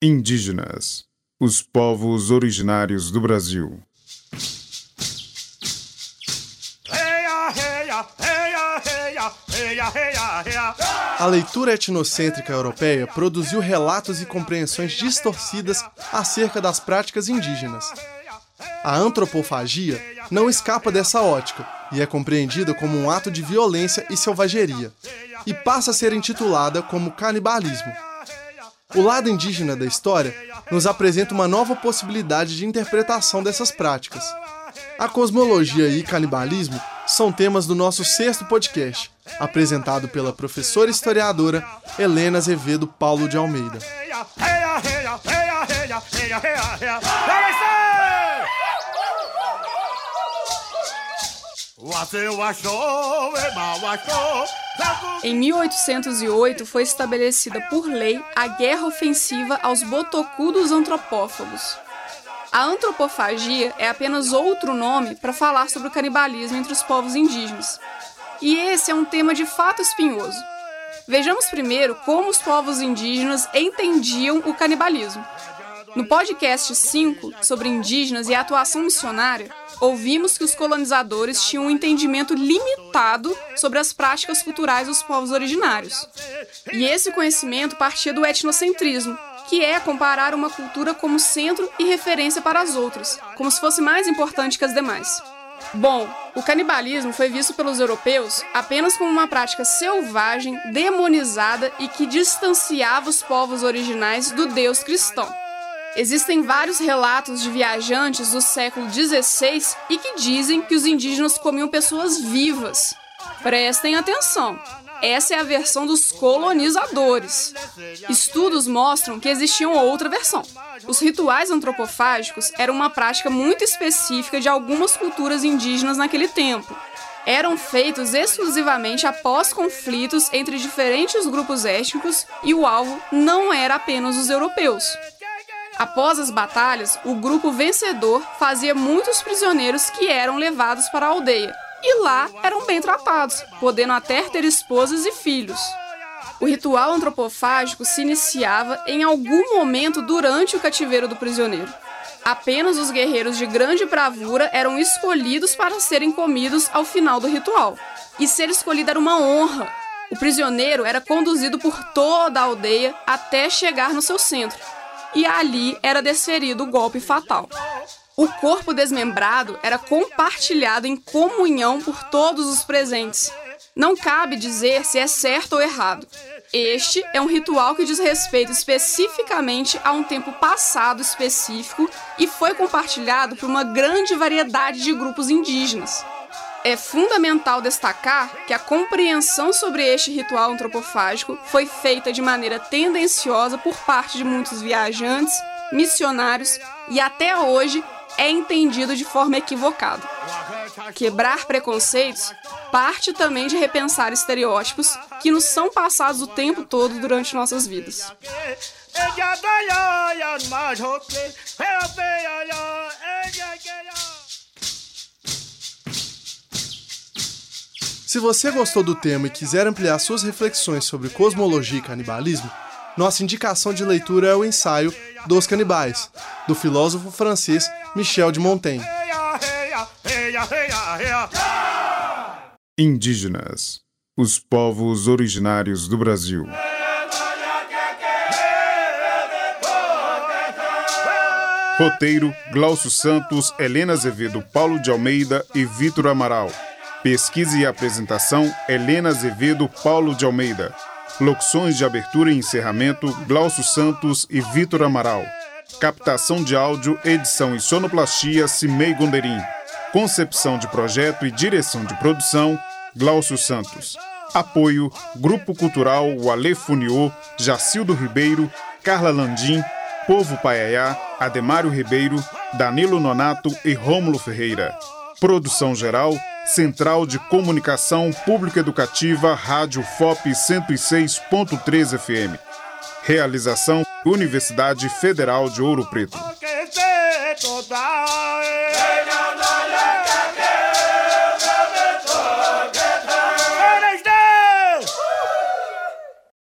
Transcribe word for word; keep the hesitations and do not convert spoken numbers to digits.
Indígenas, os povos originários do Brasil. A leitura etnocêntrica europeia produziu relatos e compreensões distorcidas acerca das práticas indígenas. A antropofagia não escapa dessa ótica e é compreendida como um ato de violência e selvageria, e passa a ser intitulada como canibalismo. O lado indígena da história nos apresenta uma nova possibilidade de interpretação dessas práticas. A cosmologia e canibalismo são temas do nosso sexto podcast, apresentado pela professora historiadora Helena Azevedo Paulo de Almeida. Em mil oitocentos e oito foi estabelecida por lei a guerra ofensiva aos botocudos antropófagos. A antropofagia é apenas outro nome para falar sobre o canibalismo entre os povos indígenas. E esse é um tema de fato espinhoso. Vejamos primeiro como os povos indígenas entendiam o canibalismo. No podcast cinco, sobre indígenas e a atuação missionária, ouvimos que os colonizadores tinham um entendimento limitado sobre as práticas culturais dos povos originários. E esse conhecimento partia do etnocentrismo, que é comparar uma cultura como centro e referência para as outras, como se fosse mais importante que as demais. Bom, o canibalismo foi visto pelos europeus apenas como uma prática selvagem, demonizada e que distanciava os povos originais do Deus cristão. Existem vários relatos de viajantes do século dezesseis e que dizem que os indígenas comiam pessoas vivas. Prestem atenção! Essa é a versão dos colonizadores. Estudos mostram que existia outra versão. Os rituais antropofágicos eram uma prática muito específica de algumas culturas indígenas naquele tempo. Eram feitos exclusivamente após conflitos entre diferentes grupos étnicos e o alvo não era apenas os europeus. Após as batalhas, o grupo vencedor fazia muitos prisioneiros que eram levados para a aldeia. E lá eram bem tratados, podendo até ter esposas e filhos. O ritual antropofágico se iniciava em algum momento durante o cativeiro do prisioneiro. Apenas os guerreiros de grande bravura eram escolhidos para serem comidos ao final do ritual. E ser escolhido era uma honra. O prisioneiro era conduzido por toda a aldeia até chegar no seu centro. E ali era desferido o golpe fatal. O corpo desmembrado era compartilhado em comunhão por todos os presentes. Não cabe dizer se é certo ou errado. Este é um ritual que diz respeito especificamente a um tempo passado específico e foi compartilhado por uma grande variedade de grupos indígenas. É fundamental destacar que a compreensão sobre este ritual antropofágico foi feita de maneira tendenciosa por parte de muitos viajantes, missionários e até hoje é entendido de forma equivocada. Quebrar preconceitos parte também de repensar estereótipos que nos são passados o tempo todo durante nossas vidas. Se você gostou do tema e quiser ampliar suas reflexões sobre cosmologia e canibalismo, nossa indicação de leitura é o ensaio Dos Canibais, do filósofo francês Michel de Montaigne. Indígenas, os povos originários do Brasil. Roteiro: Glaucio Santos, Helena Azevedo Paulo de Almeida e Vitor Amaral. Pesquisa e apresentação: Helena Azevedo Paulo de Almeida. Locuções de abertura e encerramento: Glaucio Santos e Vitor Amaral. Captação de áudio, edição e sonoplastia: Cimei Gonderim. Concepção de projeto e direção de produção: Glaucio Santos. Apoio: Grupo Cultural Ualê Funiô, Jacildo Ribeiro, Carla Landim, Povo Paiaiá, Ademário Ribeiro, Danilo Nonato e Rômulo Ferreira. Produção geral: Central de Comunicação Público-Educativa, Rádio F O P cento e seis ponto três F M. Realização: Universidade Federal de Ouro Preto.